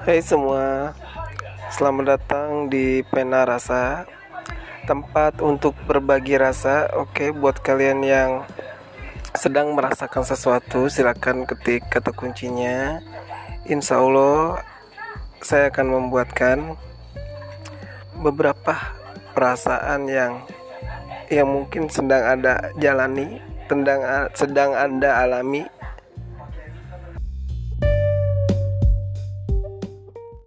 Hai semua, selamat datang di Pena Rasa, tempat untuk berbagi rasa. Oke, buat kalian yang sedang merasakan sesuatu, silakan ketik kata kuncinya. Insya Allah, saya akan membuatkan beberapa perasaan yang mungkin sedang Anda jalani, sedang Anda alami